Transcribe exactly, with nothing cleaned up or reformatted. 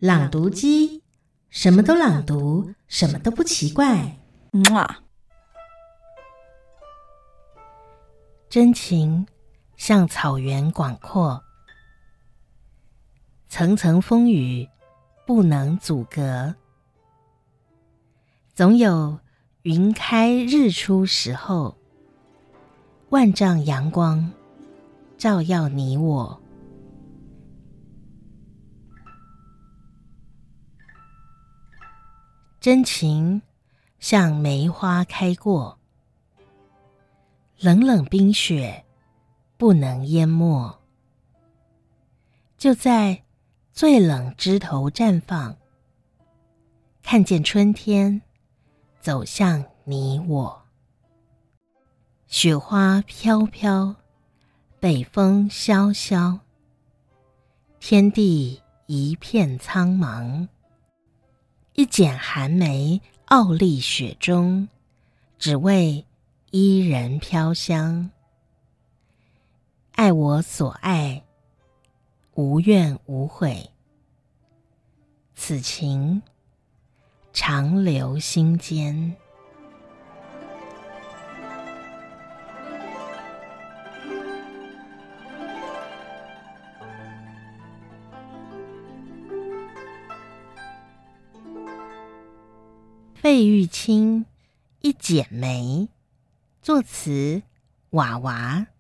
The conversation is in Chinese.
朗读机，什么都朗读，什么都不奇怪。真情像草原广阔，层层风雨不能阻隔，总有云开日出时候，万丈阳光照耀你我。真情像梅花开过，冷冷冰雪不能淹没，就在最冷枝头绽放，看见春天走向你我。雪花飘飘，北风萧萧，天地一片苍茫。一剪寒梅傲立雪中，只为伊人飘香。爱我所爱，无怨无悔，此情长留心间。费玉清《一剪梅》，作词娃娃。